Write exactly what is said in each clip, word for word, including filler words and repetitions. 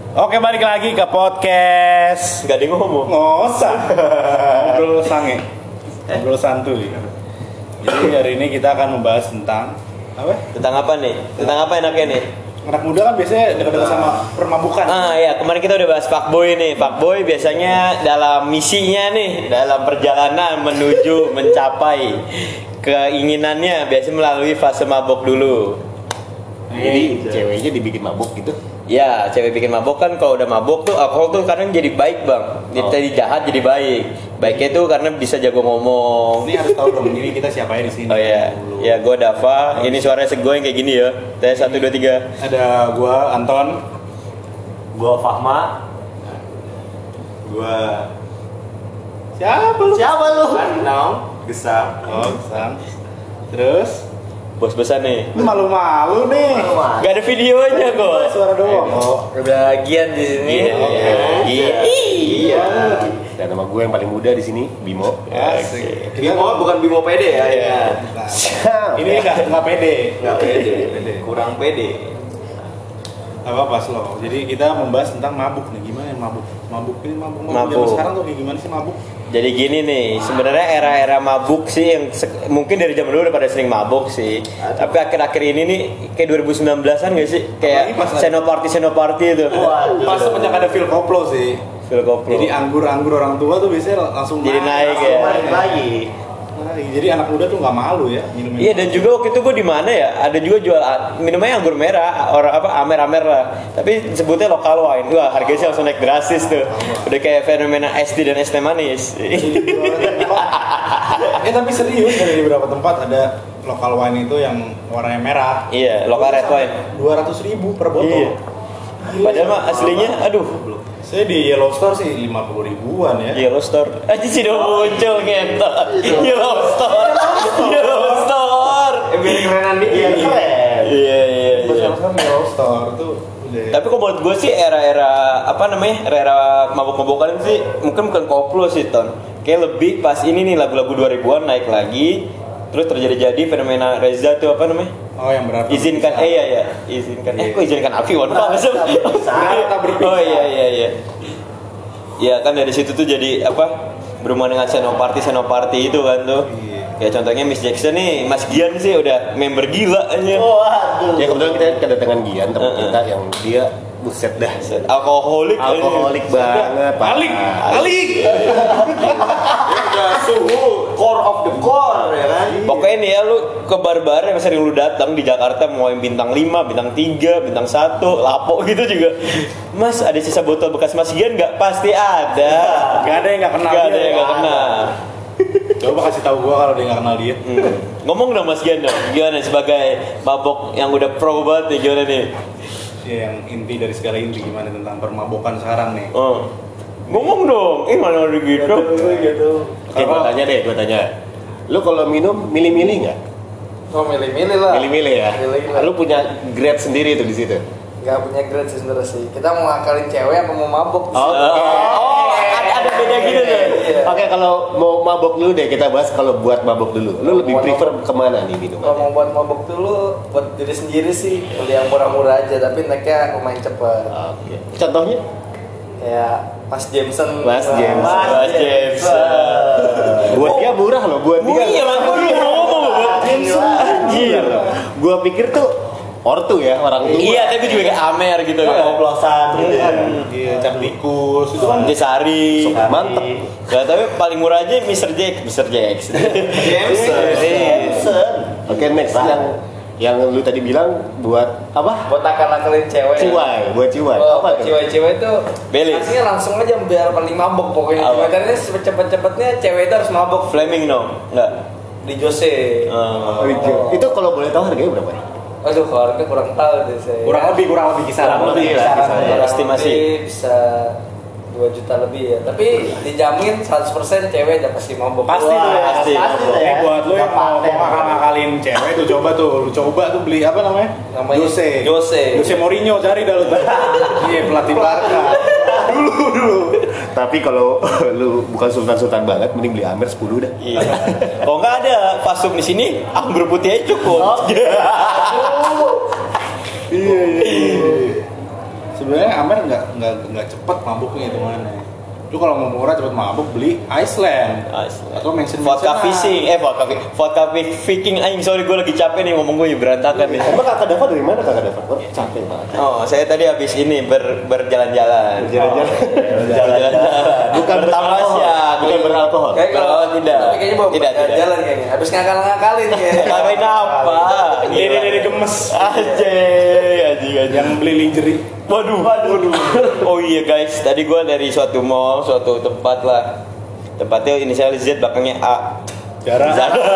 Oke, balik lagi ke podcast. Gak ada yang ngomong. Ngosah. Ngobrol sange. Ngobrol santuy. Jadi hari ini kita akan membahas tentang apa? Tentang apa nih? Tentang apa enaknya nih? Anak muda kan biasanya dekat-dekat sama permabukan. Ah ya, kemarin kita udah bahas fuckboy nih. Fuckboy biasanya dalam misinya nih, dalam perjalanan menuju mencapai keinginannya biasanya melalui fase mabok dulu. Jadi ceweknya dibikin mabuk gitu. Ya, cewek bikin mabok kan kalau udah mabok tuh alkohol tuh kadang jadi baik, Bang. Jadi Oh. tadi jahat jadi baik. Baiknya tuh karena bisa jago ngomong. Ini harus tahu dong ini kita siapa ya di sini. Oh iya. Ya, gue Dava. Ini suaranya segoyang kayak gini ya. Tes satu dua tiga. Ada gua Anton, Gua Fahma. gua siapa lu? Siapa lu? Anong, Gesam. Oh, Gesam. Terus Bos-bosan nih. ini malu-malu nih. Gak ada videonya kok. Suara doang. Oh, bagian di sini. Iya. Iya. Iya. Dan nama gue yang paling muda di sini, Bimo. Asik. Bimo bukan Bimo pede ya, ya. Nah, ini enggak enggak pede. Nggak pede, kurang pede. Apa pas lo? Jadi kita membahas tentang mabuk nih. Gimana yang mabuk? Mabuk ini mabuk mabuk. Mabuk. Zaman sekarang tuh kayak gimana sih mabuk? Jadi gini nih, sebenarnya era-era mabuk sih yang se- mungkin dari zaman dulu udah pada sering mabuk sih. Tapi akhir-akhir ini nih kayak dua ribu sembilan belasan gak sih? Kayak Apalagi pas ada- senoparty senoparty itu. Pas semenjak ada Phil Koplo sih. Phil Koplo. Jadi anggur-anggur orang tua tuh biasanya langsung Jadi naik ya. Balik lagi. Nah, jadi anak muda tuh nggak malu ya minum. Iya, dan juga waktu itu gue di mana ya? Ada juga jual minumnya anggur merah, orang apa amer-amer lah. Tapi sebutnya lokal wine. Wah, harganya sih langsung naik drastis tuh. Udah kayak fenomena es teh dan es teh manis. Eh tapi serius dari beberapa tempat ada lokal wine itu yang warnanya merah. Iya, lokal red wine. Dua ratus ribu per botol. Iya. Padahal mah aslinya, aduh, Saya di Yellow Store sih lima puluh ribuan ya. Yellow Store. Aja sih udah muncul ngentot. Yellow Store. Yellow Store. Eh, biar kerenan dikit. Iya, keren. Iya, iya, Terus iya. sekarang Yellow Store tuh udah. Tapi kok menurut gue sih era-era apa namanya? Era-era mabuk-mabukan sih mungkin bukan koplo sih, Ton. Kayak lebih pas ini nih lagu-lagu dua ribuan naik lagi. Terus terjadi-jadi fenomena Reza tuh apa namanya? Oh yang berarti. Izinkan eh ya ya, izinkan. Eh kok izinkan Afi Wan Pak masuk. Berarti berpisah. Oh iya iya iya. Ya kan dari situ tuh jadi apa? Berhubungan dengan senoparty senoparty itu kan tuh. Iya. Kayak contohnya Miss Jackson nih, Mas Gian sih udah member gila aja. Waduh. Ya kebetulan kita kedatangan Gian teman Uh-uh. kita yang dia buset dah. Alkoholik aja. Alkoholik banget. Pak. Alik, alik. Udah suhu core of the core ya kan. Pokoknya nih ya lu ke bar-bar yang sering lu datang di Jakarta mau yang bintang lima, bintang tiga, bintang satu, lapo gitu juga. Mas ada sisa botol bekas Mas Gian nggak? Pasti ada. Gak ada yang nggak kenal. Gak ada dia. yang nggak kenal. Coba kasih tahu gua kalau dia nggak kenal dia. Hmm. Ngomong dong Mas Gian dong. Gimana sebagai mabok yang udah pro banget nih gimana nih? Ya, yang inti dari segala inti gimana tentang permabukan sekarang nih. Oh. Ngomong dong. Eh mana ada gitu. Gitu. Oke, gua tanya deh, gua tanya. Lu kalau minum milih-milih nggak? Oh milih-milih lah. Milih-milih ya. Milih-milih. Lu punya grade sendiri tuh di situ. Gak punya grade sih sebenarnya sih. Kita mau ngakalin cewek apa mau mabuk? Oh, Oh, ada, ada beda gitu deh. Iya. Oke, kalau mau mabok dulu deh, kita bahas kalau buat mabok dulu. Lu lebih Buat prefer mabok. kemana nih Kalau minumannya? mau buat mabuk dulu buat diri sendiri sih. Beli yang murah-murah aja tapi naiknya lumayan cepet. Oke. Contohnya? Kayak Mas Jameson. Mas Jameson. Mas Jameson. Buat dia murah loh, buat Oh dia. iya, Mas gue belum ngomong loh, Mas Jameson. Anjir. Gua pikir tuh ortu ya, orang tua. Iya, tapi juga kayak Amer gitu kan. Oplosan gitu kan. Iya, cap tikus itu kan. Desari. Mantep. Gak tapi paling murah aja mister Jack, mister Jack. Jameson. Oke, next yang yang lu tadi bilang buat apa? Buat akal-akalin cewek. Ciwai, buat ciwai. Oh, Apa tuh? cewek-cewek itu Baileys. aslinya langsung aja biar paling mabuk pokoknya. Apa? Gimana caranya cepet-cepetnya cewek itu harus mabuk. Flaming no, enggak. Di Jose. Oh. Itu kalau boleh tahu harganya berapa nih? Aduh, harga kurang tahu deh saya. Kurang lebih kurang lebih kisaran. Kurang lebih lah, Kisaran kisaran. kurang Estimasi. lebih bisa dua juta lebih ya. Tapi dijamin seratus persen cewek udah pasti mabuk. Pasti tuh ya. Pasti. Eh buat lu yang mau mau ngakal-ngakalin cewek tuh coba tuh, lu coba tuh beli apa namanya? Namanya Jose. Jose. Jose Mourinho cari dah lu. Iya, pelatih Barca. Dulu dulu. Tapi kalau lu bukan sultan-sultan banget, mending beli Amer sepuluh dah. Iya. Kalau nggak ada pasum di sini, anggur putih aja cukup. Iya iya. sebenarnya Amer nggak nggak nggak cepet mabuknya hitungannya. Lu kalau mau murah cepet mabuk beli Iceland, Iceland. atau mention Vodka fishing, eh vodka fi- vodka fi- Viking anjing, sorry gue lagi capek nih ngomong gue berantakan nih. Emang kakak Dava dari mana kakak Dava? Oh, capek banget. Oh, saya tadi habis ini ber, berjalan-jalan. Jalan-jalan. Jalan-jalan. Bukan bertamasya, bukan beralkohol. Kayak kalau Oh, tidak. Tapi kayaknya bawa Tidak, tidak. jalan kayaknya. Habis ngakal-ngakalin kayaknya. Ngapain apa? Ini ini ini gemes. Anjing, anjing, anjing. Yang beli lingerie. Waduh, waduh. Oh iya guys, tadi gue dari suatu mall, suatu tempat lah. Tempatnya inisial Z, belakangnya A. Jarang.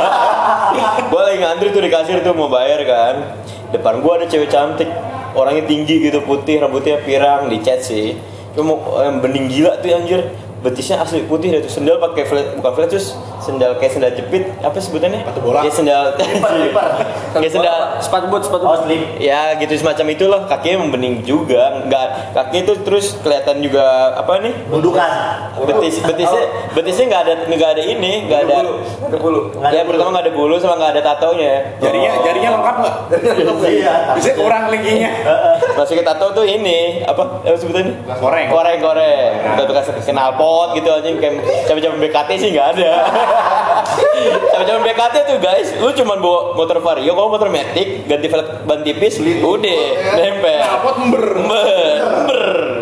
Gue lagi ngantri tuh di kasir tuh mau bayar kan. Depan gue ada cewek cantik, orangnya tinggi gitu, putih, rambutnya pirang, dicat sih. Cuma eh, bening gila tuh anjir. Betisnya asli putih, dan tuh sendal pakai flat, bukan flat terus sendal kayak sendal jepit, apa sebutannya? Sepatu bola. Ya sendal. Kayak sendal Sepatu boot, sepatu Oh, boot. slip. ya gitu semacam itu loh, kakinya membening juga, nggak kaki itu terus kelihatan juga apa nih, Bundukan. betis betisnya betisnya nggak ada nggak ada ini nggak ada Ada bulu. ya pertama nggak ada bulu sama nggak ada tatonya. Jarinya jarinya lengkap nggak? Iya. Bisa kurang linkinya. Masih ke tato tuh ini apa apa sebutannya, Koreng. koreng koreng udah bekas knalpot gitu anjing, kayak cabang-cabang B K T sih nggak ada. Cabang-cabang B K T tuh guys, lu cuman bawa motor Vario, kalau motor Matic ganti velg ban tipis udah nempel. Knalpot ember. Ember, ember.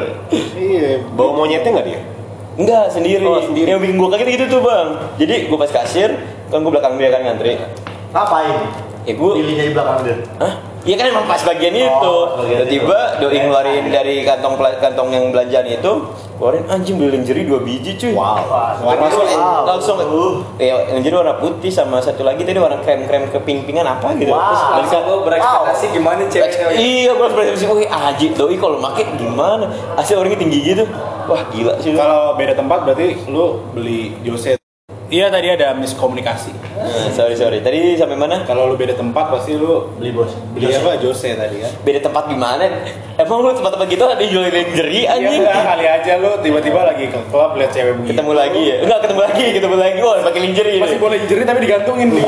Iya, bawa monyetnya nggak dia? Enggak, sendiri. Oh, sendiri. Yang bikin gue kaget gitu tuh bang. Jadi gue pas kasir, kan gue belakang dia kan ngantri. Ngapain? Ya gue, Pilihnya di belakang dia. hah? Iya kan emang pas bagian itu. bagian Tiba-tiba doi ngeluarin dari kantong pla- kantong yang belanjaan itu, keluarin anjing beli lingerie dua biji cuy. Wow. Langsung, Wow. langsung, ya lingerie warna putih sama satu lagi tadi warna krem-krem keping-pingan apa gitu. Wow. Terus balik Langsung lo berekspektasi gimana ceweknya. Iya, gue berekspektasi, wih aji, doi kalau make gimana? Asli orangnya tinggi gitu. Wah gila sih. Kalau beda tempat berarti lu beli Jose. Iya tadi ada miskomunikasi. Nah, sorry sorry. Tadi sampai mana? Kalau lu beda tempat pasti lu Beli bos. beli apa Jose tadi kan? Beda tempat gimana? Emang lu tempat-tempat gitu ada yang jual lingerie Iya anjing? enggak, kali aja lu tiba-tiba lagi ke klub lihat cewek begitu. Ketemu lagi ya? Enggak ketemu lagi, ketemu lagi. Wah, pakai lingerie. Masih nih. boleh lingerie tapi digantungin nih.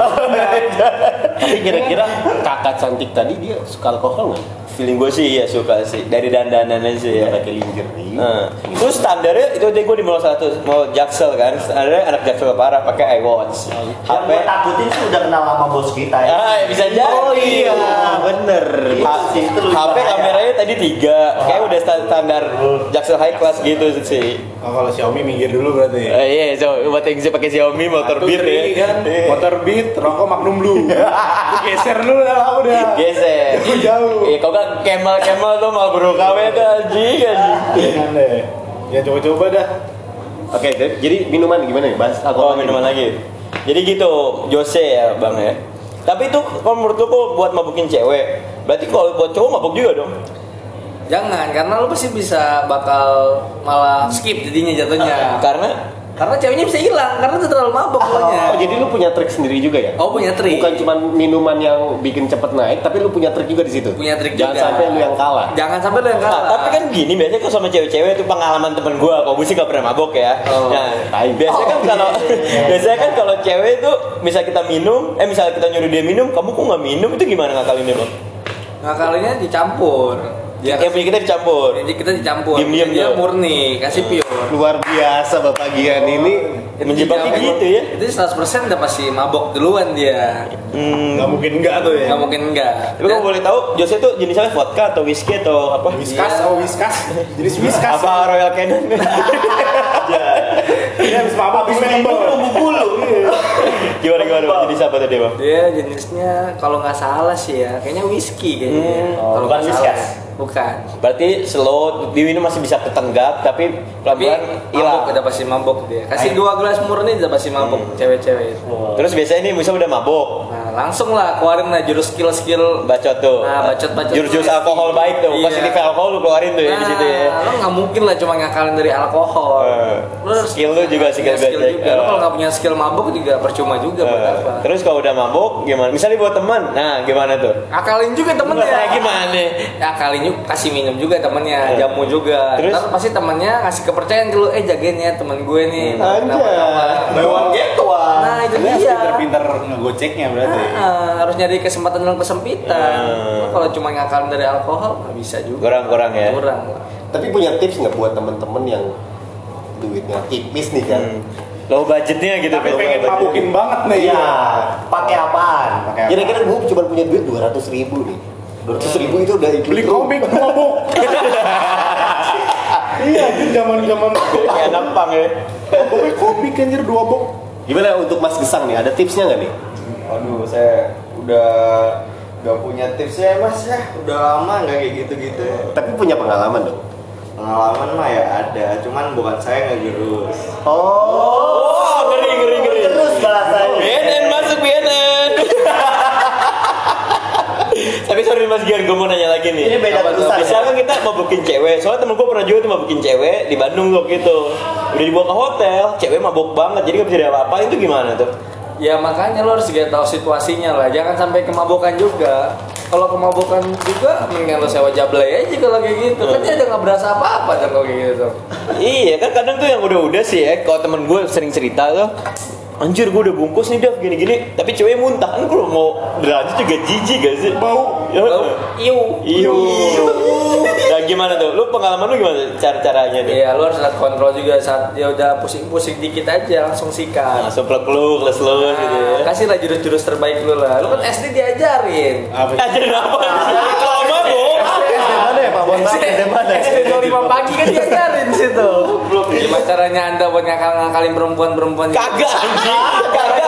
Tapi kira-kira kakak cantik tadi dia suka alkohol nggak? Feeling gue sih iya suka sih. Dari dandanannya sih ya. Pakai lingerie. Nah, terus standarnya itu deh gue di mall satu mau jaksel kan, standarnya anak jaksel parah pakai iWatch, Yang H P. gue takutin sih udah kenal sama bos kita ya. Ah, bisa jadi. Oh iya, bener. Ha- Itu sih, itu lebih H P bahaya. kameranya tadi tiga, kayak udah sta- standar jaksel high class gitu sih. Oh, kalau Xiaomi minggir dulu berarti. Eh, iya, so buat yang pakai Xiaomi motor Satu, Beat tri, ya. kan, Iya. motor Beat, rokok Magnum Blue. Lu geser dulu dah udah. Geser. Itu jauh. Iya, kok kan Kemal Kemal tuh Marlboro K W tuh anjing anjing. Jangan deh. Ya coba-coba dah. Oke, jadi- jadi minuman gimana nih? Bahas Oh, alkohol minuman lagi. Jadi gitu, Jose ya, Bang ya. Tapi itu kalau menurut lu kok buat mabukin cewek. Berarti kalau buat cowok mabuk juga dong. Jangan, karena lu pasti bisa bakal malah skip jadinya jatuhnya. Karena Karena ceweknya bisa hilang, karena itu terlalu mabok Oh, pokoknya. jadi lu punya trik sendiri juga ya? Oh, punya trik. Bukan cuma minuman yang bikin cepet naik, tapi lu punya trik juga di situ. Punya trik Jangan juga. sampai lu yang kalah. Jangan sampai lu yang kalah. Nah, tapi kan gini biasanya kalau sama cewek-cewek itu pengalaman temen gue, kalau gue sih gak pernah mabok ya. Oh. Nah, biasanya kan kalau biasanya kan kalau cewek itu bisa kita minum, eh misalnya kita nyuruh dia minum, kamu kok nggak minum itu gimana ngakalinnya bang? ngakalinnya dicampur. Ya, yang punya kita dicampur. Jadi kita dicampur. Diam-diam dia tuh. murni, kasih pure. Luar biasa Bapak Gian ini. Menjebaknya Dicampur. gitu ya. Itu seratus persen udah pasti mabok duluan dia. Hmm. Nggak mungkin enggak tuh ya. Nggak mungkin enggak. Tapi kalau boleh tahu, Jose itu jenisnya vodka atau whisky atau apa? Whiskas, Iya. oh whiskas. Jadi whiskas. Apa Royal Canin? Dia habis mabok habis minum bumbu bulu. gimana gimana? Bang? Jenis apa tadi bang? Dia jenisnya kalau nggak salah sih ya, kayaknya whisky kayaknya. Oh, Kalau bukan nggak salah. whiskas. Bukan. Berarti slow, diminum masih bisa ketenggak, tapi Tapi pelan-pelan mabok hilang. udah pasti mabok dia. Kasih dua gelas murni udah pasti mabok cewek-cewek. Terus biasanya ini misalnya udah mabok, Nah, langsung lah keluarin lah jurus skill-skill. bacot tuh. Nah, bacot-bacot Jurus-jurus tuh. alkohol baik tuh, Iya. positif alkohol lu keluarin tuh ya di situ ya. Nah, lo nggak mungkin lah cuma ngakalin dari alkohol. Eh, Lo harus skill lu juga sih, punya skill skill gacek. juga. Lo Eh. kalau nggak punya skill mabuk juga percuma juga buat Eh, apa? Terus kalau udah mabok gimana? Misalnya buat teman, nah gimana tuh? Akalin juga temennya. Nah, gimana? Ya akalin juga, kasih minum juga temennya, Eh. jamu juga. Terus? Terus pasti temennya ngasih kepercayaan ke lu, eh jagain ya temen gue nih. Anjay. Kenapa-kenapa. Bawang gitu ah. Nah itu Dia harus dia. pinter-pinter ngegoceknya berarti. Ah, harus nyari kesempatan dalam kesempitan. Ah. Lo kalau cuma ngakalin dari alkohol nggak bisa juga. Kurang-kurang ya. Kurang. Tapi punya tips nggak buat temen-temen yang duitnya tipis nih kan? Hmm. Low budgetnya gitu. Tapi low pengen budget. mabukin banget nih. Iya, pakai apaan? Pakai apa? Kira-kira gue cuma punya duit dua ratus ribu nih. dua ratus ribu itu udah ikut Beli komik mabuk. Iya, itu zaman-zaman Kayak anak pang ya. Mabuknya komik anjir dua box. Gimana untuk Mas Gesang nih? Ada tipsnya nggak nih? Aduh, saya udah gak punya tipsnya mas ya. Udah lama nggak kayak gitu-gitu. Tapi punya pengalaman dong. Pengalaman mah ya ada, cuman bukan saya ngegerus. Oh, Oh, ngeri ngeri ngeri. Terus bahasanya. B N N masuk B N N. Tapi sorry Mas Gian, gue mau nanya lagi nih. Ini beda urusan. Misalkan kita mabukin cewek, soalnya temen gue pernah juga tuh mabukin cewek di Bandung tuh gitu. Udah dibawa ke hotel, cewek mabuk banget, jadi gak bisa diapa-apain itu gimana tuh? Ya makanya lo harus juga tahu situasinya lah, jangan sampai kemabukan juga. Kalau kemabukan juga, mendingan lo sewa jablay aja kalau kayak gitu. Kan dia udah nggak berasa apa-apa kan kalau kayak gitu. Iya kan kadang tuh yang udah-udah sih ya, kalau temen gue sering cerita tuh, anjir gue udah bungkus nih Dav gini-gini, tapi cewek muntah kan kalau mau berlanjut juga jijik gak sih? Bau. Iu. Iu. Nah gimana tuh? Lu pengalaman lu gimana cara-caranya nih? Iya, lo harus lihat kontrol juga saat ya udah pusing-pusing dikit aja langsung sikat. Langsung plek lu, keles lu Nah, gitu ya. kasih lah jurus-jurus terbaik lu lah. Lu kan S D diajarin. Apa? Ajarin apa? Kalau mabuk. Mana ya Pak Bon? S D jam lima pagi kan diajarin di situ. Gimana caranya Anda buat ngakal-ngakalin perempuan-perempuan? Kagak anjing. Kagak.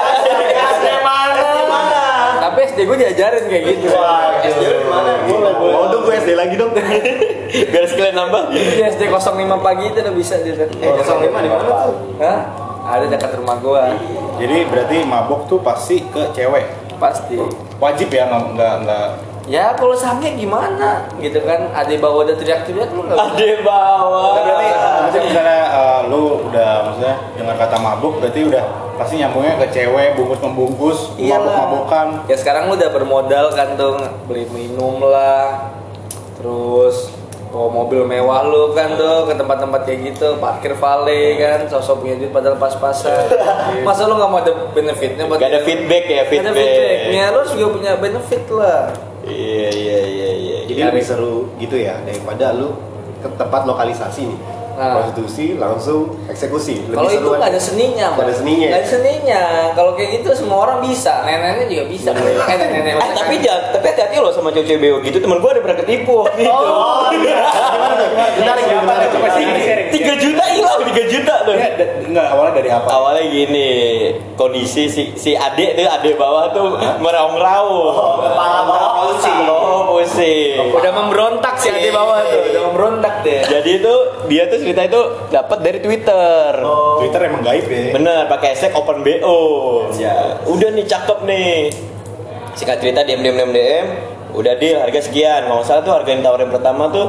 Tapi S D gue diajarin kayak gitu. S D lu di mana? Mau dong gue S D lagi dong. Biar sekalian nambah. Di S D nol lima pagi itu udah bisa dia. Eh, nol lima di mana tuh? Hah? Ada dekat rumah gua. Jadi berarti mabok tuh pasti ke cewek. Pasti. Wajib ya nggak nggak nggak. Ya kalau sange gimana? Gitu kan. Ade bawa udah teriak-teriak lu enggak? Ade bawa. Berarti maksudnya misalnya eh, lu udah maksudnya dengan kata mabuk berarti udah pasti nyambungnya ke cewek bungkus membungkus mabuk-mabukan. Ya sekarang lu udah bermodal kan tuh beli minum lah. Terus bawa mobil mewah lu kan tuh ke tempat-tempat kayak gitu, parkir valet kan, sosok punya duit padahal pas-pasan. Masa lu nggak mau ada benefitnya? Buat Gak ada feedback ya, Gak ada feedback. feedbacknya, lu harus juga punya benefit lah. Iya iya iya iya. Jadi lebih seru gitu ya daripada lu ke tempat lokalisasi nih. Nah. Prostitusi langsung eksekusi. Lebih Kalau itu seru nggak aja. ada seninya, Nggak ada Mas. seninya. Nggak ada seninya. Kalau kayak gitu semua orang bisa, nenek-nenek juga bisa. Eh nenek-nenek. Eh tapi jangan, tapi hati-hati loh sama cewek-cewek beo gitu. Temen gue ada pernah ketipu waktu itu. Oh, iya. Gimana tuh? Menarik, Siapa menarik. tuh? Coba sharing. Tiga juta hilang, tiga juta tuh. Ya, da- enggak awalnya dari apa? Awalnya gini, kondisi si si adek tuh adek bawah tuh meraung-raung. Kepala bawah pusing. Oh pusing. Udah memberontak sih ade bawah tuh, udah memberontak deh. Jadi itu dia tuh cerita itu dapat dari Twitter. Twitter emang gaib ya. Bener, pakai hashtag open B O. Ya. Udah nih cakep nih. Singkat cerita D M D M D M D M, udah deal harga sekian. Kalau nggak salah tuh harga yang tawarin pertama tuh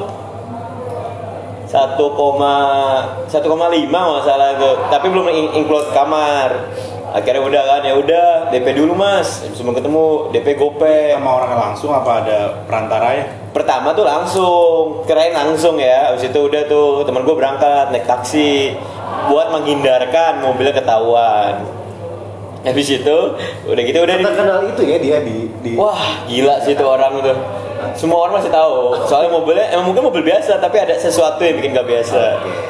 satu koma lima nggak salah tuh. Tapi belum in- include kamar. Akhirnya udah kan, ya udah D P dulu mas. Sebelum ketemu D P gopay. Sama orangnya langsung apa ada perantaranya? Pertama tuh langsung, kirain langsung ya. Habis itu udah tuh teman gue berangkat naik taksi buat menghindarkan mobilnya ketahuan. Habis itu udah gitu udah di- Terkenal itu ya dia di di wah gila sih tuh orang tuh. Semua orang masih tahu. Soalnya mobilnya emang mungkin mobil biasa tapi ada sesuatu yang bikin gak biasa.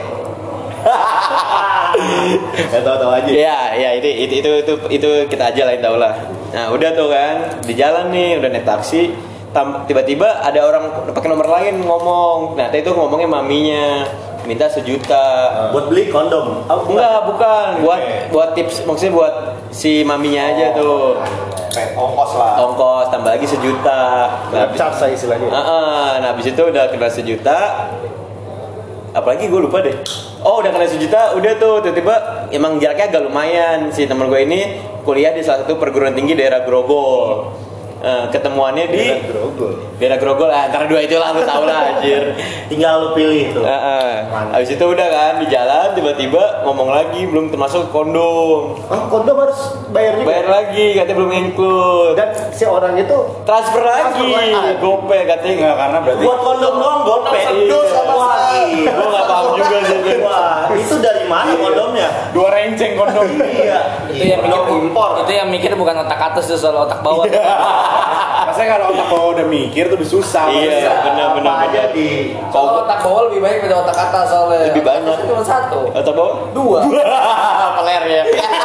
Gak tahu-tahu aja. Iya, ya itu, itu itu itu itu kita aja lain tau lah. Nah udah tuh kan di jalan nih udah naik taksi, tam- tiba-tiba ada orang pakai nomor lain ngomong. Nah itu ngomongnya maminya minta sejuta. Buat beli kondom. Oh, Enggak, bukan buat buat tips maksudnya buat si maminya aja tuh. Ongkos lah. Ongkos tambah lagi sejuta. Nah, habis- Cap saya istilahnya. Ah, nah habis itu udah kena sejuta. Apalagi gue lupa deh. Oh udah kena sejuta, udah tuh tiba-tiba emang jaraknya agak lumayan. Si teman gue ini kuliah di salah satu perguruan tinggi daerah Grogol. Eh, ketemuannya di Daerah Grogol. daerah Grogol, ah, antara dua itulah lu tau lah anjir. Tinggal lu pilih tuh. Heeh. Habis itu udah kan di jalan tiba-tiba ngomong lagi belum termasuk kondom. Oh, kondom harus bayar juga. Bayar lagi katanya belum include. Dan si orang itu Transfer lagi, lagi. gopay katanya. Enggak karena berarti Buat kondom doang gope. Sedus apa lagi? Gue gak paham juga sih itu. Wah, itu dari mana kondomnya? dua renceng kondom. Iya. Itu yang mikir impor. Itu yang mikir bukan otak atas tuh soal otak bawah. Pas Masalahnya kalau otak bawah udah mikir tuh udah susah. Iya, Susah. benar-benar. Apa aja di Kalau otak bawah lebih banyak daripada otak atas soalnya. Lebih banyak. Atas itu cuma satu. Atau bawah? Dua. Peler ya.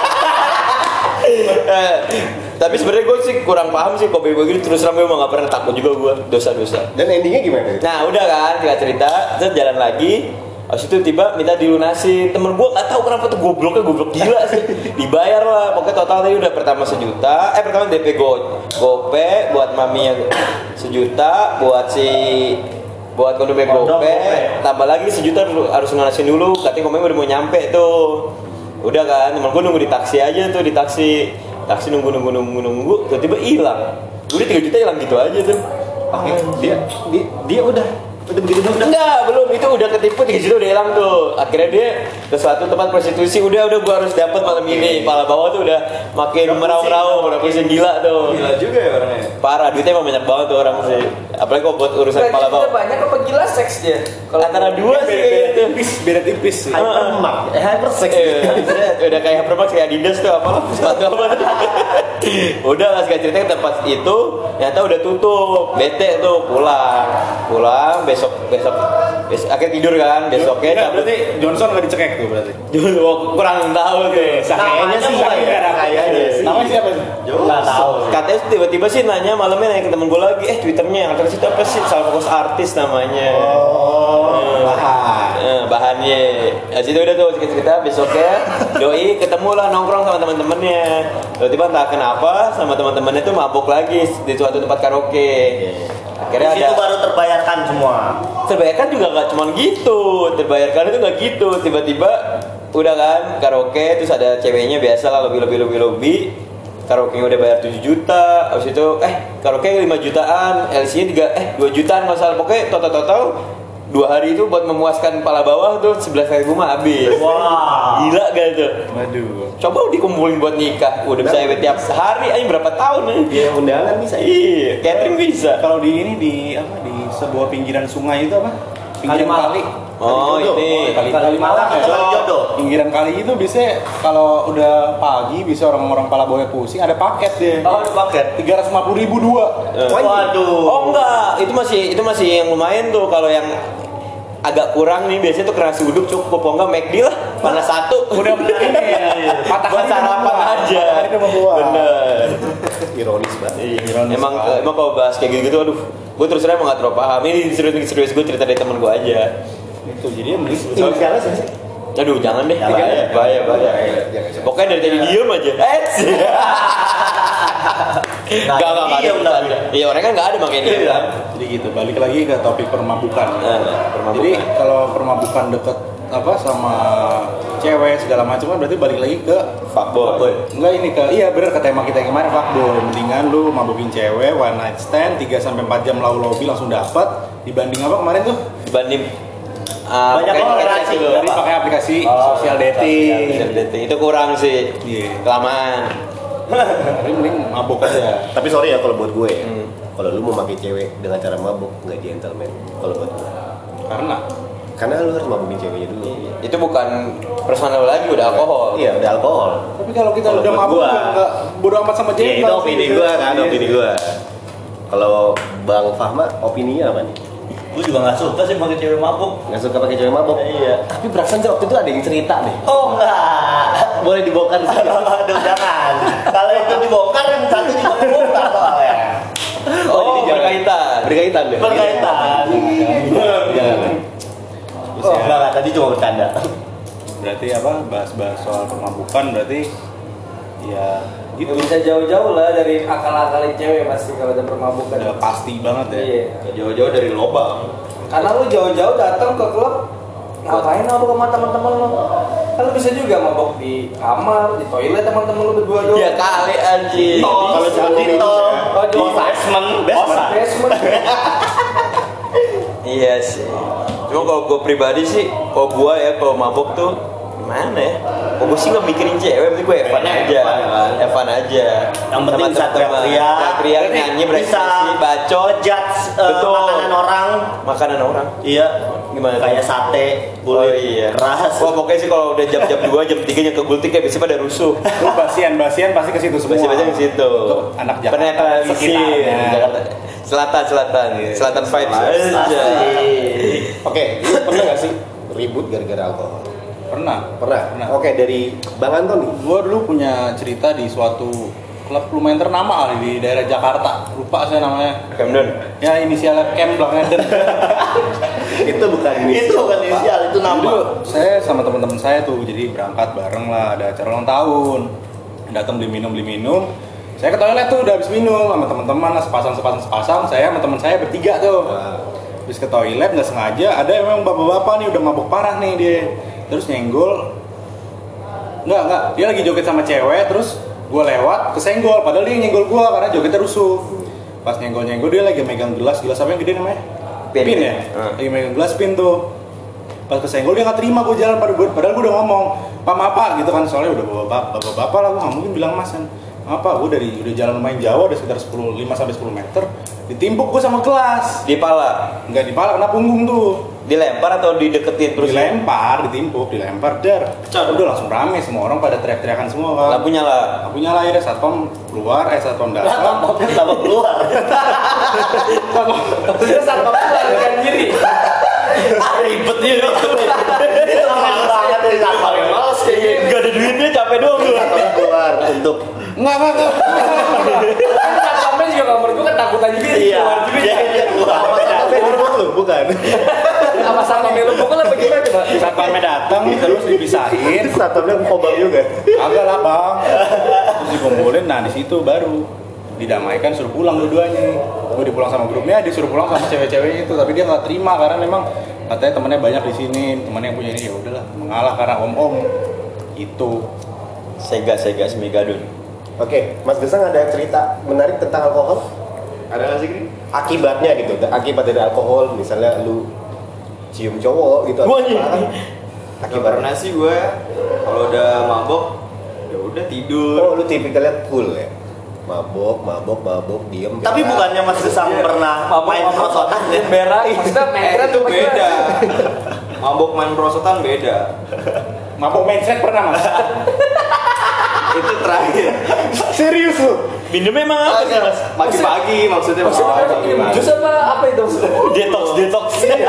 Eh, tapi sebenarnya gue sih kurang paham sih kok bego gini, terus terang gue emang gak pernah takut juga gue dosa-dosa. Dan endingnya gimana? Nah udah kan kita cerita, terus jalan lagi. Habis itu tiba minta dilunasin. Temen gue gak tahu kenapa tuh gobloknya goblok gila sih. Dibayar lah, pokoknya total tadi udah pertama sejuta. Eh pertama D P go gope buat mami yang sejuta, buat si buat kondom Kondom gope, gope. tambah lagi sejuta dulu, harus lunasin dulu. Katanya ngomongnya udah mau nyampe tuh. Udah kan, temen gue nunggu di taksi aja tuh, di taksi taksi nunggu nunggu nunggu nunggu, tiba-tiba hilang. Udah tiga juta hilang gitu aja tuh. Dia dia dia udah udah begitu udah. Enggak, belum, itu udah ketipu tiga juta udah hilang tuh. Akhirnya dia ke suatu tempat prostitusi, udah udah gua harus dapat malam ini. Pala bawah tuh udah makin merau-rau, udah pusing gila tuh. Gila juga ya orangnya. Parah, duitnya emang banyak banget tuh orang sih. Apalagi kok buat urusan pala Gajinya bawah. banyak apa gila seks dia? Kalau Antara dua sih Beda, beda kayak gitu. tipis, beda tipis sih. hypermark, eh hypersex. Eh, udah kayak Hypermax kayak Adidas tuh apa lah sepatu apa tuh. Udah lah sekali cerita ke tempat itu ternyata udah tutup, bete tuh pulang pulang besok besok besok akhirnya tidur kan besoknya Enggak, cabut. berarti Johnson nggak dicekek tuh berarti. Dulu kurang tahu tuh. Kayaknya sih kayaknya sih. Namanya siapa sih? Enggak tahu. Katanya tiba-tiba sih nanya malamnya nanya ke temen gue lagi, eh twitternya yang atas itu apa sih? Salah fokus artis namanya. Oh, Bahan. Eh, bahannya. Ya situ udah tuh cerita besoknya doi ketemu lah nongkrong sama teman-temannya. Tiba-tiba entah kenapa sama teman-temannya tuh mabuk lagi di suatu tempat karaoke. Akhirnya di ada situ baru terbayarkan semua. terbayarkan juga nggak cuma gitu, terbayarkan itu nggak gitu. Tiba-tiba udah kan karaoke terus ada ceweknya biasa lah lebih lebih lebih lebih. Karaoke udah bayar tujuh juta, habis itu eh karaoke lima jutaan, L C-nya tiga eh dua jutaan nggak salah, pokoknya total-total dua hari itu buat memuaskan kepala bawah tuh sebelas ribu mah habis. Wah. Gila gak tuh? Waduh. Coba dikumpulin buat nikah, udah bisa ewet tiap hari, aja berapa tahun nih? Iya undangan bisa. Iya, catering bisa. Kalau di ini di apa di sebuah pinggiran sungai itu apa? Pinggiran Kalimalang. kali. Oh Kali jodoh. ini. Oh, kali Kali Malang ya. atau kali jodoh? Pinggiran kali itu bisa kalau udah pagi bisa orang-orang pala bawah pusing ada paket deh. Oh, ada paket. tiga ratus lima puluh ribu dua. Waduh. Oh enggak, itu masih itu masih yang lumayan tuh. Kalau yang agak kurang nih biasanya tuh nasi uduk cukup, oh enggak McD lah, mana satu. Udah ini ya. Patah Buat hati sarapan membuah. aja. Patah hati membuah. Bener. Ironis banget. Iya, Ironis emang sekali. emang kalau bahas kayak gitu, aduh, gue terus terang emang gak terlalu paham. Ini serius serius gue cerita dari temen gue aja. Itu jadi mending Inisialnya sih. Aduh, jangan deh. Jangan. bahaya, bahaya, bahaya. Pokoknya dari tadi diem aja. Eh, Nah, Gak, gak, diem gak tapi. ada. Iya, orangnya gak ada makanya dia bilang. Jadi gitu, balik lagi ke topik permabukan. Nah, permabukan. Jadi kalau permabukan deket apa sama cewek segala macam kan berarti balik lagi ke Fuckboy. enggak ini ke iya bener ke tema kita yang kemarin fuckboy. Mendingan lu mabukin cewek one night stand tiga sampai empat jam lau lobby langsung dapat dibanding apa kemarin tuh? Dibanding uh, Banyak pakai interaksi. aplikasi dulu. Jadi pakai aplikasi Oh, sosial dating. Sosial dating. Itu kurang sih. Iya. Kelamaan. Jadi mending mabuk aja. Tapi sorry ya kalau buat gue, Hmm. kalau lu mau pakai cewek dengan cara mabuk nggak gentleman. Kalau buat gue, Karena karena lu harus mabukin ceweknya dulu. Itu bukan personal lagi, udah alkohol. Iya, udah alkohol. tapi kalau kita Kalau udah buat mabuk gua- kan nggak bodo amat sama Iya, cewek. itu opini gue kan, opini gue. Kalau Bang Fahma, opininya apa nih? Gue juga nggak suka sih pakai cewek mabuk. Nggak suka pakai cewek mabuk? Iya. Tapi perasaan sih waktu itu ada yang cerita nih. Oh enggak. Boleh dibongkar sih. Aduh jangan. Kalau itu dibongkar yang satu juga kebongkar soalnya. Oh, jadi jangan. berkaitan. Berkaitan deh. Berkaitan. Jangan. Oh enggak, enggak, tadi cuma bercanda. Berarti apa? Bahas-bahas soal permabukan berarti ya gitu. Gak bisa jauh-jauh lah dari akal-akalin cewek pasti kalau ada permabukan. Udah pasti banget ya. Iya. Jauh-jauh dari lobang. Karena lu jauh-jauh datang ke klub, ngapain mabok sama teman-teman lu? Kan lu bisa juga mabok di kamar, di toilet teman-teman lu berdua doang. Ya kali anjing. Kalau di tol, di basement, basement. Basement. Iya sih. Cuma kalau gue pribadi sih, kalau gue ya kalau mabok tuh gimana ya? Kalau gue sih nggak mikirin cewek, berarti gue Evan aja, Evan aja. Yang penting bisa teriak-teriak, teriak nyanyi, bisa berekspresi, bacot, judge Betul. makanan orang. makanan orang. Iya. Gimana? Kayak sate, Oh kulit iya. keras. Wah pokoknya sih kalau udah jam-jam dua, jam tiga yang ke Gultik kayak biasanya pada rusuh. Lu basian-basian pasti ke situ semua. Basi-basi ke situ. Untuk anak Jakarta Penetrasi sekitarnya. Jakarta. Selatan, selatan, selatan vibes aja. Oke, lu pernah gak sih ribut gara-gara alkohol? Pernah. Pernah. Pernah. Oke, dari Bang Anton nih. Gue dulu punya cerita di suatu klub lumayan ternama kali di daerah Jakarta. Lupa saya namanya. Camden. Ya inisialnya Camp Black Eden. Itu bukan ini. Itu bukan inisial, itu nama. Dulu saya sama teman-teman saya tuh jadi berangkat bareng lah, ada acara ulang tahun. Datang beli minum beli minum. Saya ke toilet tuh udah habis minum sama teman-teman lah sepasang sepasang sepasang. Saya sama teman saya bertiga tuh. Habis ke toilet nggak sengaja ada emang bapak-bapak nih udah mabuk parah nih dia. Terus nyenggol. Nggak nggak dia lagi joget sama cewek terus gue lewat kesenggol padahal dia nyenggol gue karena jogetnya rusuh. Pas nyenggol-nyenggol dia lagi megang gelas gelas apa yang gede namanya? Pin. Pin ya? Hmm. Lagi megang gelas pin tuh. Pas kesenggol dia nggak terima gue jalan pada gue padahal gue udah ngomong pak maaf pak gitu kan soalnya udah bapak bapak bapak lah gue nggak mungkin bilang mas kan apa gue dari udah jalan lumayan jauh ada sekitar sepuluh lima sampai sepuluh meter ditimpuk gue sama gelas Di pala. nggak di pala kena punggung tuh Dilempar atau dideketin terus? dilempar ditimpuk dilempar dar udah langsung rame semua orang pada teriak-teriakan semua kan Lampu nyala. lampu nyala akhirnya satpam keluar eh satpam Lah, datang tapi kenapa keluar? Terus apa melarikan diri? Ah, ribet ya. Itu lama banget dari satpam. Males kayak gini. Gak ada duitnya capek doang lu. Atau keluar untuk nggak nggak nggak Kan satpamnya juga kamar gue ketakutan juga. Iya, keluar duit. dia dia keluar. apa yang ribut lu? Bukan. Apa satpamnya lu pukul apa gimana coba? satpamnya datang terus dipisahin Satpamnya kobam juga. agak lah bang terus dikumpulin nah di situ baru didamaikan suruh pulang dua-duanya gue dipulang sama grupnya dia suruh pulang sama cewek-ceweknya itu tapi dia nggak terima karena memang katanya temennya banyak di sini temennya yang punya ini ya udahlah mengalah karena om-om itu Sega, Sega, Semigadun. Oke, Mas Gesang ada cerita menarik tentang alkohol? Ada nggak sih Gri? Akibatnya gitu, akibat dari alkohol, misalnya lu cium cowok gitu. Wah, atau iya. apa kan? Gak Akibat. pernah sih gue kalau udah mabok ya udah tidur. Oh, lu tipikalnya cool ya? Mabok, mabok, mabok, diem. Tapi gerak. bukannya Mas Gesang pernah main prosotan ya? Berak. Maksudnya Eh, mencret itu tuh beda. Mabok main prosotan beda. mabok mindset pernah mas Itu terakhir. serius lu Minum memang apa sih mas? Pagi-pagi maksudnya. Maksudnya pagi-pagi. minum jus apa apa itu? Detox, detox.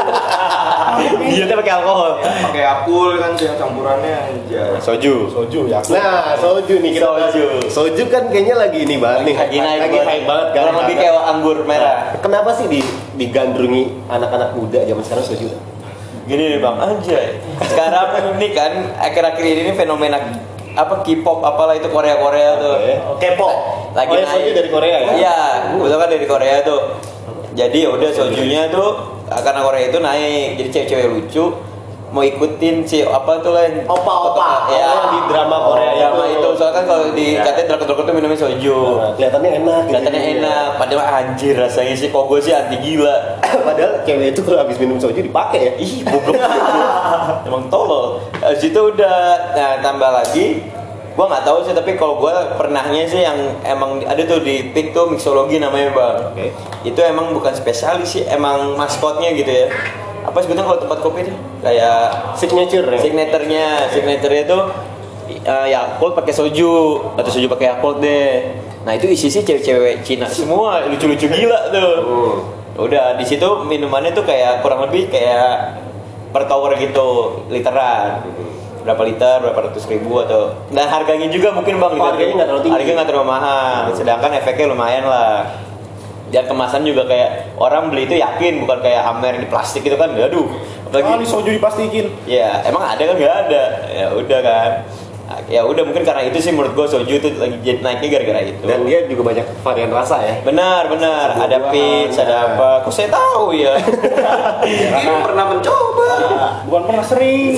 Dietnya pakai alkohol. Pakai akul kan yang campurannya anjay. Soju. soju ya Nah, soju nih kita. Soju. Soju kan kayaknya lagi ini banget nih. Lagi naik lagi banget. hype banget kan. Kurang lebih kayak anggur merah. Kenapa sih di digandrungi anak-anak muda zaman sekarang soju? Gini nih bang, anjay. Sekarang ini kan akhir-akhir ini nih fenomena apa K-pop apalah itu Korea Korea tuh. Kepo. Lagi Oh, ya, naik. soju dari Korea ya? Iya, kebetulan kan dari Korea tuh. Jadi ya udah sojunya tuh karena Korea itu naik, jadi cewek-cewek lucu mau ikutin si apa tuh lah yang- Opa-opa. ya Oh, yang di drama Korea ya, itu. itu soalnya kan kalau di Ya. katanya drakor-drakor tuh minumnya soju. Nah, kelihatannya enak. gitu. Kelihatannya enak, padahal anjir rasanya sih kok gue sih anti gila. Padahal cewek itu kalau habis minum soju dipakai ya. Ih, goblok. Emang tolol. Habis itu udah nah, tambah lagi gua nggak tahu sih tapi kalau gua pernahnya sih yang emang ada tuh di P I K tuh mixologi namanya bang. Oke. Itu emang bukan spesialis sih, emang maskotnya gitu ya. Apa sebetulnya kalau tempat kopi tuh kayak Signature ya. signaturenya, signaturenya tuh uh, Yakult pakai soju atau soju pakai Yakult deh. Nah itu isi sih cewek-cewek Cina semua lucu-lucu gila tuh. Udah di situ minumannya tuh kayak kurang lebih kayak per tower gitu literan. Berapa liter, berapa ratus ribu atau dan harganya juga mungkin bang Oh, harganya nggak terlalu tinggi. harganya nggak terlalu mahal, sedangkan efeknya lumayan lah. Dan kemasan juga kayak orang beli itu yakin bukan kayak Amer di plastik itu kan, aduh. ah ini Apalagi, soju dipastikin ya emang ada kan nggak ada, ya udah kan. Ya udah mungkin karena itu sih menurut gue soju itu lagi jadi naiknya gara-gara itu. Dan dia juga banyak varian rasa ya. Benar benar, ada Buah-buahan, peach, ada ya. apa? Kok saya tahu ya? Ini pernah mencoba. bukan pernah sering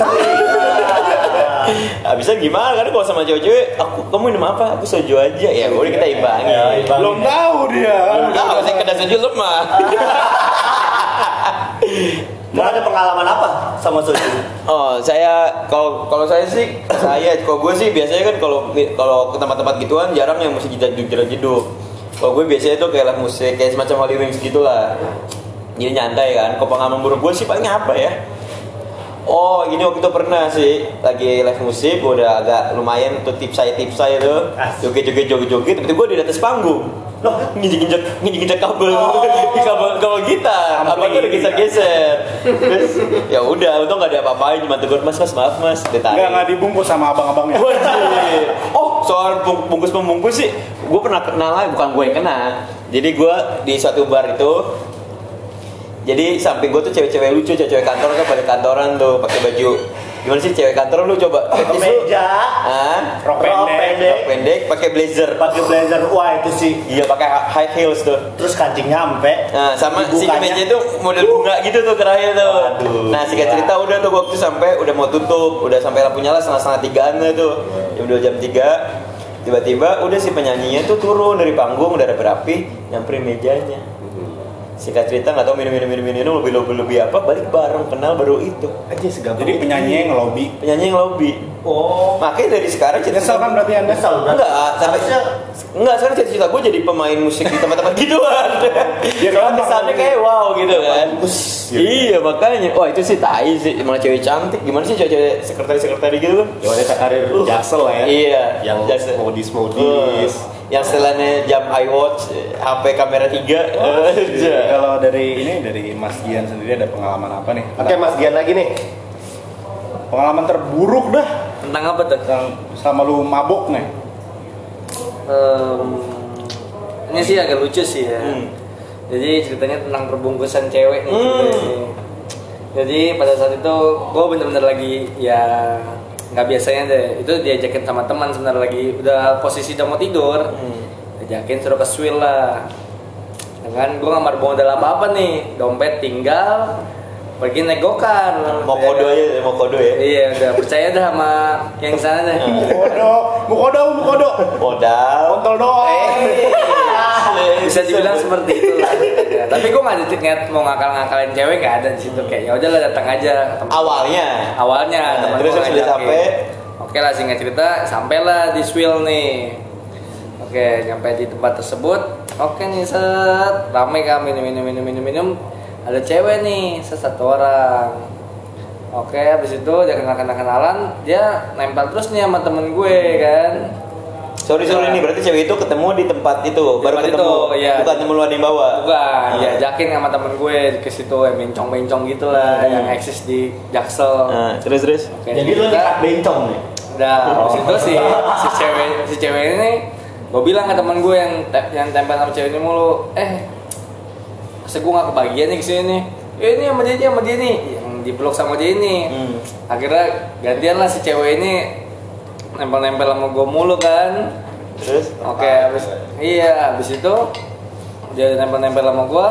Habisnya gimana kan kalau sama cewek-cewek, aku kamu minum apa? Aku soju aja. Ya udah kita imbangi. belum tahu dia Belum tahu saya kena soju lemah. Mau ada pengalaman apa sama soju? Oh, saya kalau kalau saya sih saya kalau gue sih biasanya kan kalau kalau ke tempat-tempat gituan jarang yang musik jeduk-jeduk. Kalau gue biasanya tuh kayak musik kayak semacam Holy Wings gitulah. Jadi nyantai kan. Kalau pengalaman buruk gue sih paling apa ya? Oh, gini waktu itu pernah sih lagi live musik, gue udah agak lumayan tuh tipsai tipsai itu, joget joget joget joget, tiba-tiba gue di atas panggung, loh nginjek injek nginjek injek kabel, kabel kabel gitar, apa tuh udah geser geser, terus ya udah, untung nggak ada apa-apain, cuma tegur mas mas maaf mas, ditarik. Nggak nggak dibungkus sama abang-abangnya. Wajib. Oh, soal bungkus pembungkus sih, gue pernah kenal lah, bukan gue yang kena. Jadi gue di suatu bar itu. Jadi samping gue tuh cewek-cewek lucu, cewek-cewek kantor kan pada kantoran tuh pakai baju. Gimana sih cewek kantor lu coba? Kemeja, Ah, Rok pendek. rok pendek, pakai blazer. pakai blazer. Wah itu sih. Iya, pakai high heels tuh. Terus kancing nyampe. Nah, sama si Dibukanya. kemeja itu model bunga gitu tuh terakhir tuh. Waduh. Nah, singkat cerita udah tuh waktu sampai udah mau tutup, udah sampai lampu nyala setengah-setengah tigaan lah tuh. Jam dua jam tiga. Tiba-tiba udah si penyanyinya tuh turun dari panggung udah berapi, nyamperin mejanya. Singkat cerita nggak tahu minum minum minum minum lebih lebih lebih apa balik bareng kenal baru itu Aja segampang. Jadi penyanyinya yang ngelobi. penyanyi yang lobby. Oh. Makanya dari sekarang cerita Nyesel kan berarti anda? Nyesel berarti. enggak sampai Harusnya enggak sekarang cerita gue jadi pemain musik di tempat-tempat gituan. Ya, Kalau gampang. kesannya kayak wow gitu kan. Bagus. Iya makanya wah itu sih tai sih malah cewek cantik gimana sih cewek sekretari sekretari gitu kan. Ya wanita karir jaksel lah ya. Iya, Yang Jaksel. modis modis. Uh, yang setelannya jam iWatch, H P kamera tiga. Jadi, kalau dari ini dari Mas Gian sendiri ada pengalaman apa nih? Oke Mas Gian lagi nih. Pengalaman terburuk dah Tentang apa tuh? yang selama lu mabok nih. Em, ini sih agak lucu sih ya. Hmm. Jadi ceritanya tentang perbungkusan cewek nih. Hmm. ceritanya. Jadi pada saat itu gue bener-bener lagi ya nggak biasanya deh. Itu diajakin sama teman sebentar lagi udah posisi udah mau tidur. Hmm. Diajakin suruh ke swil lah. Dengan gue nggak mau modal apa-apa nih. Dompet tinggal pergi naik gokar. Mau kodo aja, mau kodo ya. Iya udah percaya dah sama yang sana deh. Mukodo, mukodo, mukodo. Modal. Kontol doang. Bisa dibilang seperti itu lah. Ya, tapi gue nggak ada niat mau ngakal-ngakalin cewek, nggak ada di situ kayak ya udahlah datang aja. Temen- Awalnya. awalnya Nah, teman terus gue sudah ngajakin. sampai. Oke lah singkat cerita sampailah di Swil nih. Oke nyampe di tempat tersebut. Oke nih set rame kan minum minum minum minum minum. Ada cewek nih set satu orang. Oke habis itu dia kenal kenal kenalan dia nempel terus nih sama temen gue kan. Sorry sorry ini berarti cewek itu ketemu di tempat itu, baru tempat ketemu, itu, iya. bukan temu lu ada yang bawa. Bukan, Ah. diajakin sama temen gue ke situ yang bencong-bencong gitu lah, Hmm. yang eksis di Jaksel. Nah, terus terus. Oke, Jadi lu kita- nikat bencong nih. Udah, habis itu si si cewek si cewek ini gue bilang ke teman gue yang te- yang tempel sama cewek ini mulu, eh, masa gue nggak kebagian nih kesini nih. Eh, ini sama dia nih, sama dia nih, yang dipeluk sama dia ini. Hmm. Akhirnya gantian lah si cewek ini nempel-nempel sama gue mulu kan. Terus Oke, habis iya, habis itu dia nempel-nempel sama gua.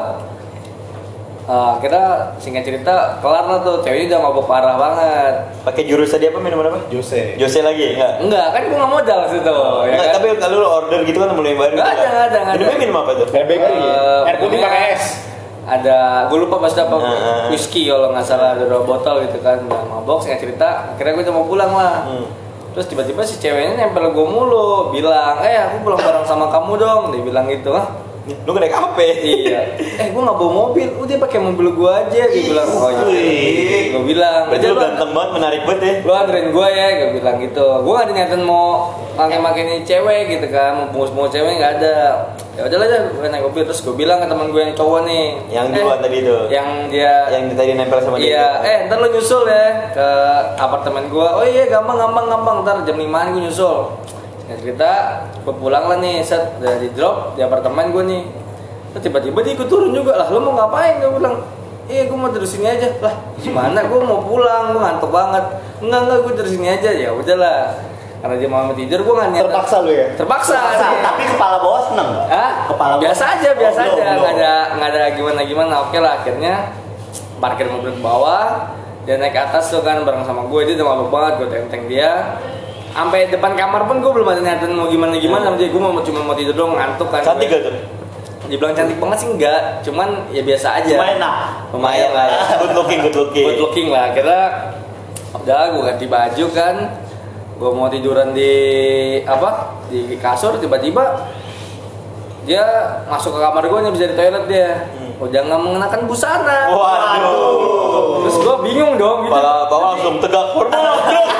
Uh, akhirnya singkat cerita kelar lah tuh, cewek udah mabuk parah banget. pakai jurus tadi apa minuman apa? Jose. Jose lagi enggak? Enggak, kan gua nggak modal situ. ya Enggak, kan? tapi kalau lu order gitu kan mulai baru. Nggak ada, nggak ada, nggak ada. Minumnya minum apa tuh? Air bakery. Eh, Air putih minumnya pakai es. Ada, gue lupa pasti apa Nah, nah. whisky kalau nggak salah ada dua botol gitu kan, udah mabok singkat cerita. Akhirnya gue udah mau pulang lah. Hmm. Terus tiba-tiba si ceweknya nempel gue mulu, bilang, eh aku pulang bareng sama kamu dong. Dia bilang gitu, ah Lu naik apa? iya. Eh gue nggak bawa mobil, udah pakai mobil gue aja. Dia bilang, oh iya. Gue bilang, Berarti "Udah, lu ganteng banget, menarik banget ya. lu anterin gue ya, gue bilang gitu. Gue gak ada niatan mau makin-makin cewek gitu kan, mau pungus-pungus cewek nggak ada. Ya udahlah aja, gue naik mobil terus gue bilang ke teman gue yang cowok nih, Yang duluan tadi itu. yang dia, Yang tadi nempel sama dia. iya, itu. eh ntar lu nyusul ya ke apartemen gue. Oh iya gampang gampang gampang, ntar jam limaan gue nyusul. Singkat cerita, gue pulang lah nih, set dari drop di apartemen gue nih. Terus tiba-tiba dia ikut turun juga lah, lu mau ngapain? Gue bilang, iya gue mau terus sini aja. Lah gimana, gue mau pulang, gue ngantuk banget. Enggak enggak, gue terus sini aja. Ya udahlah, karena dia mau tidur, gue nggak niat. Terpaksa lu ya? Terpaksa. Terpaksa, tapi kepala bawah seneng. Hah? Kepala Biasa bawah. aja, biasa Oh, aja, belum, nggak belum. ada nggak ada gimana gimana. Oke lah, akhirnya parkir mobil ke bawah, dia naik ke atas tuh kan bareng sama gue, dia udah mabuk banget, gue tenteng dia. Sampai depan kamar pun gue belum ada niatan mau gimana gimana sama dia, gue mau cuma mau tidur doang, ngantuk kan. Cantik gak tuh? Dibilang cantik banget sih enggak, cuman ya biasa aja. Cuma enak. Lumayan lah ya. Good looking, good looking. Good looking lah. Akhirnya udah gue ganti baju kan, gue mau tiduran di apa di kasur, tiba-tiba dia masuk ke kamar gue, nih bisa di toilet dia. Udah nggak mengenakan busana. Waduh. Terus gue bingung dong gitu. Kepala bawah langsung tegak hormat.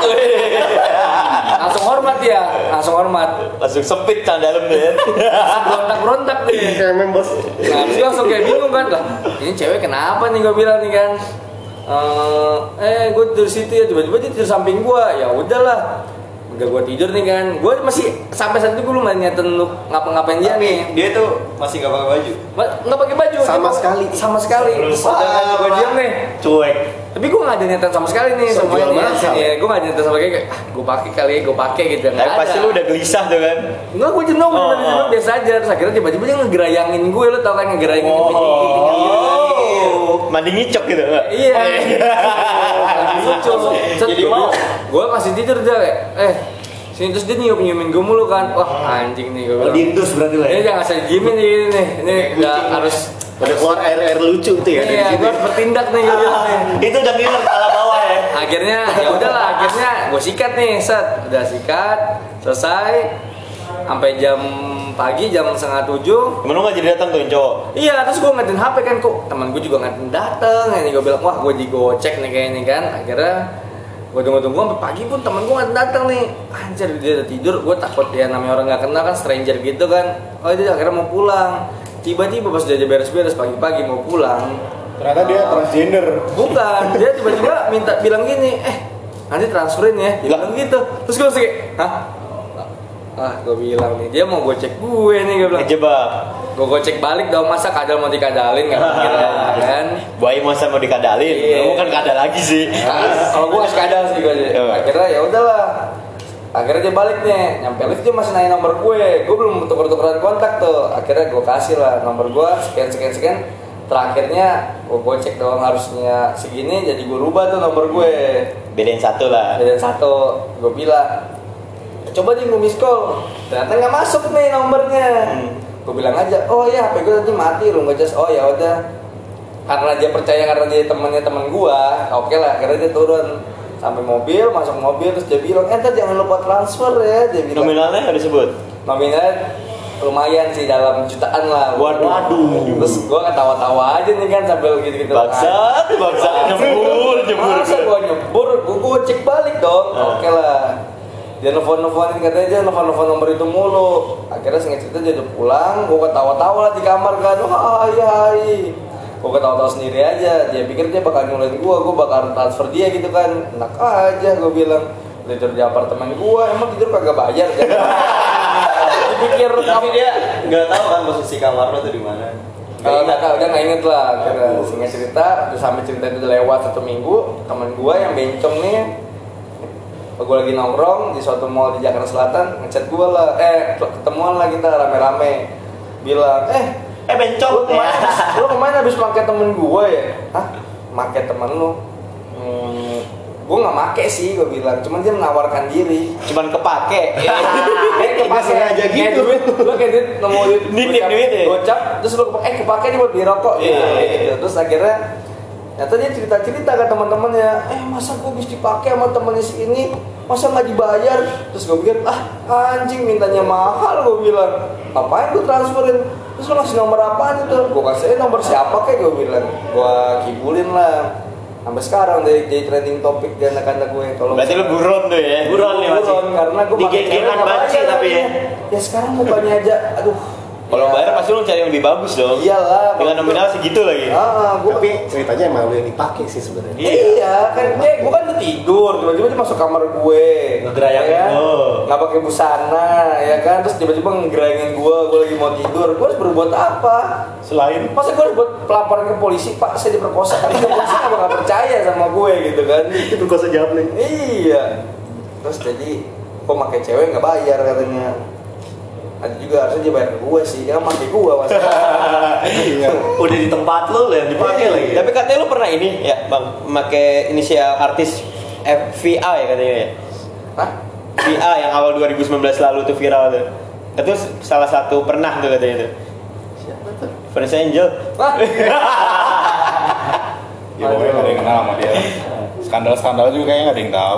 Langsung hormat ya, langsung hormat. Langsung sempit can dalam tuh ya. Berontak-berontak deh. Kayak mem bos. Nah, terus gue langsung kayak bingung kan, lah ini cewek kenapa nih gue bilang nih kan, eh, eh gue tidur situ ya, tiba-tiba dia tidur samping gue, ya udahlah, udah gue tidur nih kan, gue masih sampai saat itu gue belum niatan untuk ngapa-ngapain dia nih. Dia tuh masih gak pakai baju. Ma- nggak pakai baju, Sama dia- sekali. sama sekali. Terus udah kan gue diam nih, Cuek. tapi gue nggak ada niatan sama sekali nih So, semuanya jual nih, mahal. ya, gue nggak ada niatan sama kayak, kayak ah, gue pakai kali, ya, gue pakai gitu. Tapi Nggak pasti ada. lu udah gelisah tuh kan. Enggak, gue jenuh, Oh, bener jenuh oh. biasa aja. Terus akhirnya tiba-tiba dia ngegerayangin gue, lu tau kan ngegerayangin Oh. gitu. Mandi ngicok gitu enggak? Iya. Lucu. Jadi mau. Gue masih tidur dia kayak, eh sini, terus dia nyium nyiumin gue mulu kan. Wah anjing nih gue Oh, bilang. diindus berarti lah Ini ya. jangan saya diemin nih ini nih. Ini udah harus. Udah keluar air-air lucu tuh ya dari Iya, situ. gue harus bertindak nih gue bilang nih. Itu udah ngiler kepala bawah ya. Akhirnya ya udahlah, akhirnya gue sikat nih, set, udah sikat, selesai. Sampai jam pagi, jam setengah tujuh. Temen lu nggak jadi datang tuh yang cowok? Iya, terus gue ngeliatin H P kan, kok teman gue juga ngeliatin dateng. Ini gue bilang, wah gue digocek nih kayaknya kan. Akhirnya gue tunggu-tunggu sampai pagi pun temen gue ngeliatin dateng nih. Anjir, dia udah tidur. Gue takut ya namanya orang nggak kenal kan, stranger gitu kan. Oh dia akhirnya mau pulang. Tiba-tiba pas dia beres-beres pagi-pagi mau pulang. Ternyata dia transgender. Bukan, dia tiba-tiba minta bilang gini, eh nanti transferin ya. Dia bilang gitu. Terus gue langsung kayak, hah? Ah, gue bilang nih, dia mau gocek gue nih, gue bilang. Ngejebak. Gue gocek balik dong, masa kadal mau dikadalin nggak mikir kan? Buaya masa mau dikadalin, Iya. lu kan kadal lagi sih. Nah, kalau gue kasih kadal sih gue. Iya. Akhirnya ya udahlah. Akhirnya dia balik nih, nyampe lift dia masih nanya nomor gue. Gue belum tuker-tukeran kontak tuh. Akhirnya gue kasih lah nomor gue, sekian sekian sekian. Terakhirnya gue gocek dong, harusnya segini, jadi gue rubah tuh nomor gue. Bedain satu lah. Dan satu, gue bilang, coba nih gue miss call, ternyata nggak masuk nih nomornya. Hmm. Gue bilang aja, oh ya H P gue nanti mati, lu nggak jelas. Oh ya udah, karena dia percaya karena dia temennya temen gue, oke lah. Akhirnya dia turun sampai mobil, masuk mobil, terus dia bilang, eh ntar jangan lupa transfer ya. Dia bilang, Nominalnya udah disebut. nominalnya lumayan sih, dalam jutaan lah. Waduh. Waduh. Terus gue ketawa-tawa aja nih kan sambil gitu-gitu. Bangsat, bangsat, nyebur, nyebur. Masa gue nyebur, gue gue cek balik dong. Ah. Oke lah. Dia nelfon-nelfonin, katanya dia nelfon-nelfon nomor itu mulu. Akhirnya singkat cerita dia udah pulang, gue ketawa-tawa lah di kamar kan. Wah, hai hai. Gue ketawa-tawa sendiri aja. Dia pikir dia bakal nyulit gue, gue bakal transfer dia gitu kan. Enak aja gue bilang. Tidur di apartemen gue, emang tidur kagak bayar. Dipikir Tapi dia nggak tahu kan posisi kamar lo tuh di mana. Kalau nggak tahu, udah nggak inget lah. Karena singkat cerita, terus sampai cerita itu udah lewat satu minggu, teman gue yang bencong nih, gue lagi nongkrong di suatu mall di Jakarta Selatan, ngechat gue lah, eh ketemuan lah kita rame-rame, bilang, eh, Eh bencong lu kemarin, lu kemarin habis pakai temen gue ya? Hah? Pakai temen lu? Hmm, gue nggak make sih, gue bilang, cuman dia menawarkan diri. Cuman kepake. Eh, Nggak sengaja gitu. Lu kayak duit, nemu duit, Nitip gocap- duit ya? gocap, terus lu kepake, eh kepake nih buat beli rokok gitu. Iya. gitu. Terus akhirnya, ternyata dia cerita-cerita ke teman-temannya, eh masa gue bisa dipakai sama temennya si ini, masa nggak dibayar? Terus gue pikir, ah anjing mintanya mahal, gue bilang, ngapain gue transferin? Terus lu ngasih nomor apaan itu? Gue kasih, eh nomor siapa kayak gue bilang, gue kibulin lah. Sampai sekarang dari, dari trending topik di anak-anak gue. Kalau Berarti lu buron tuh ya? Buron nih masih. Buron, karena gue Di geng-gengan banci tapi ya. Ya sekarang mukanya aja, aduh. Kalau ya. bayar pasti lu cari yang lebih bagus dong. Iyalah. Dengan nominal segitu lagi. Ah, gue Tapi ceritanya emang lu yang dipakai sih sebenarnya. Iya, kan dia gue kan udah tidur, tiba-tiba dia masuk kamar gue. Ngegerayangin ya kan? lo. Nggak pakai busana, ya kan? Terus tiba-tiba ngegerayangin gue, gue lagi mau tidur. Gue harus berbuat apa? Selain Masa gue harus buat pelaporan ke polisi, Pak, saya diperkosa. Tapi polisi nggak bakal percaya sama gue gitu kan? itu perkosa jawab nih. Iya. Terus jadi, kok pakai cewek nggak bayar katanya. Ada juga harusnya dia bayar ke gue sih, dia pakai gue masalah. Iya. Udah di tempat lu yang dipakai lagi. Tapi katanya lu pernah ini ya bang, pakai inisial artis F V A ya katanya ya. Hah? V A yang awal dua ribu sembilan belas lalu tuh viral tuh. Itu salah satu pernah tuh katanya tuh. Siapa tuh? Vanessa Angel. Hah? Ya pokoknya nggak ada yang kenal sama dia. Skandal-skandal juga kayaknya nggak ada yang tahu.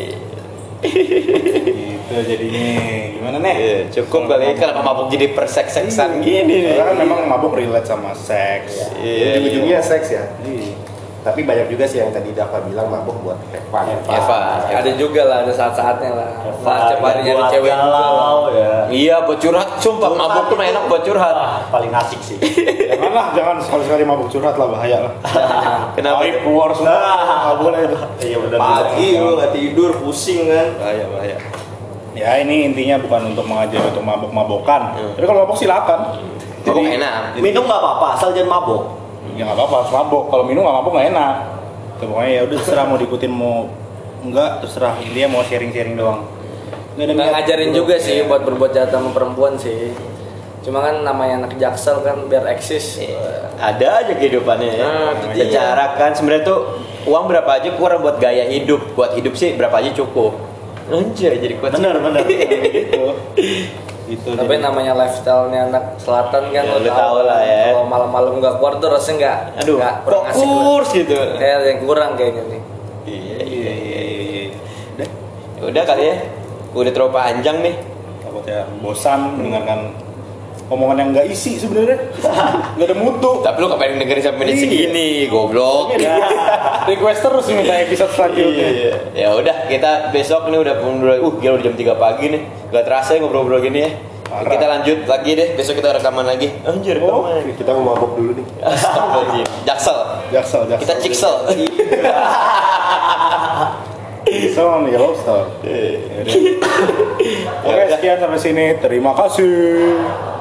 Gitu jadinya. Gimana nih? Iya, cukup kali kalau mabuk jadi persek-seksan gini nih. Karena kan memang mabuk relate sama seks. Iya. Ujung-ujungnya seks ya. Iya. Tapi banyak juga sih yang tadi Dava bilang mabuk buat Evan. Eva. Ada juga lah, ada saat-saatnya lah. Saat tiap hari nyari Buat cewek juga. galau ya. Iya, buat curhat. Sumpah mabuk tuh enak buat curhat. Ah, paling asik sih. Janganlah, jangan sekali-sekali mabuk curhat lah, bahaya lah. Kenapa? Aib keluar semua, nggak boleh itu. Iya benar. Pagi lu nggak tidur, pusing kan. Bahaya, bahaya. Ya ini intinya bukan untuk mengajari untuk mabok-mabokan. Tapi kalau mabok silakan. Mabuk enak. Minum nggak apa-apa, asal jangan mabuk. Ya nggak apa-apa, harus mabok. Kalau minum nggak mabok nggak enak. Tuh, pokoknya ya udah terserah mau diikutin mau enggak, terserah dia mau sharing-sharing doang. Nggak ada Nggak niat. ngajarin juga sih buat berbuat jahat sama perempuan sih. Cuma kan namanya anak jaksel kan biar eksis. Ada aja kehidupannya ya. Nah, itu dia. Secara kan sebenarnya tuh uang berapa aja kurang buat gaya hidup. Buat hidup sih berapa aja cukup. Anjir, jadi kuat. Bener bener. gitu. Gitu. Tapi jadi- namanya lifestyle-nya anak selatan kan Ya, lu tahu lah ya. Kalau malam-malam nggak keluar tuh rasanya nggak Aduh, nggak kurang asik lah. fokus gitu. Kayak ada yang kurang kayaknya nih. Iya, Iya, iya, iya, iya. Udah, Ya udah kali ya. Udah terlalu panjang nih. takutnya bosan mendengarkan omongan yang nggak isi sebenarnya. Nggak ada mutu. Tapi lu ngapain dengerin sampai menit Iya. segini, goblok. Ya. Request terus minta episode selanjutnya. Iya. Ya udah, kita besok nih udah udah uh gila udah jam tiga pagi nih. Gak terasa ya ngobrol-ngobrol gini ya. Parah. Kita lanjut lagi deh, besok kita rekaman lagi. Anjir, Oh. rekaman. Kita mau mabuk dulu nih. Astagfirullahaladzim. Jaksel. Jaksel, jaksel. Kita ciksel. Jaksel sama Yellowstone. Eh. Oke, sekian sampai sini. Terima kasih.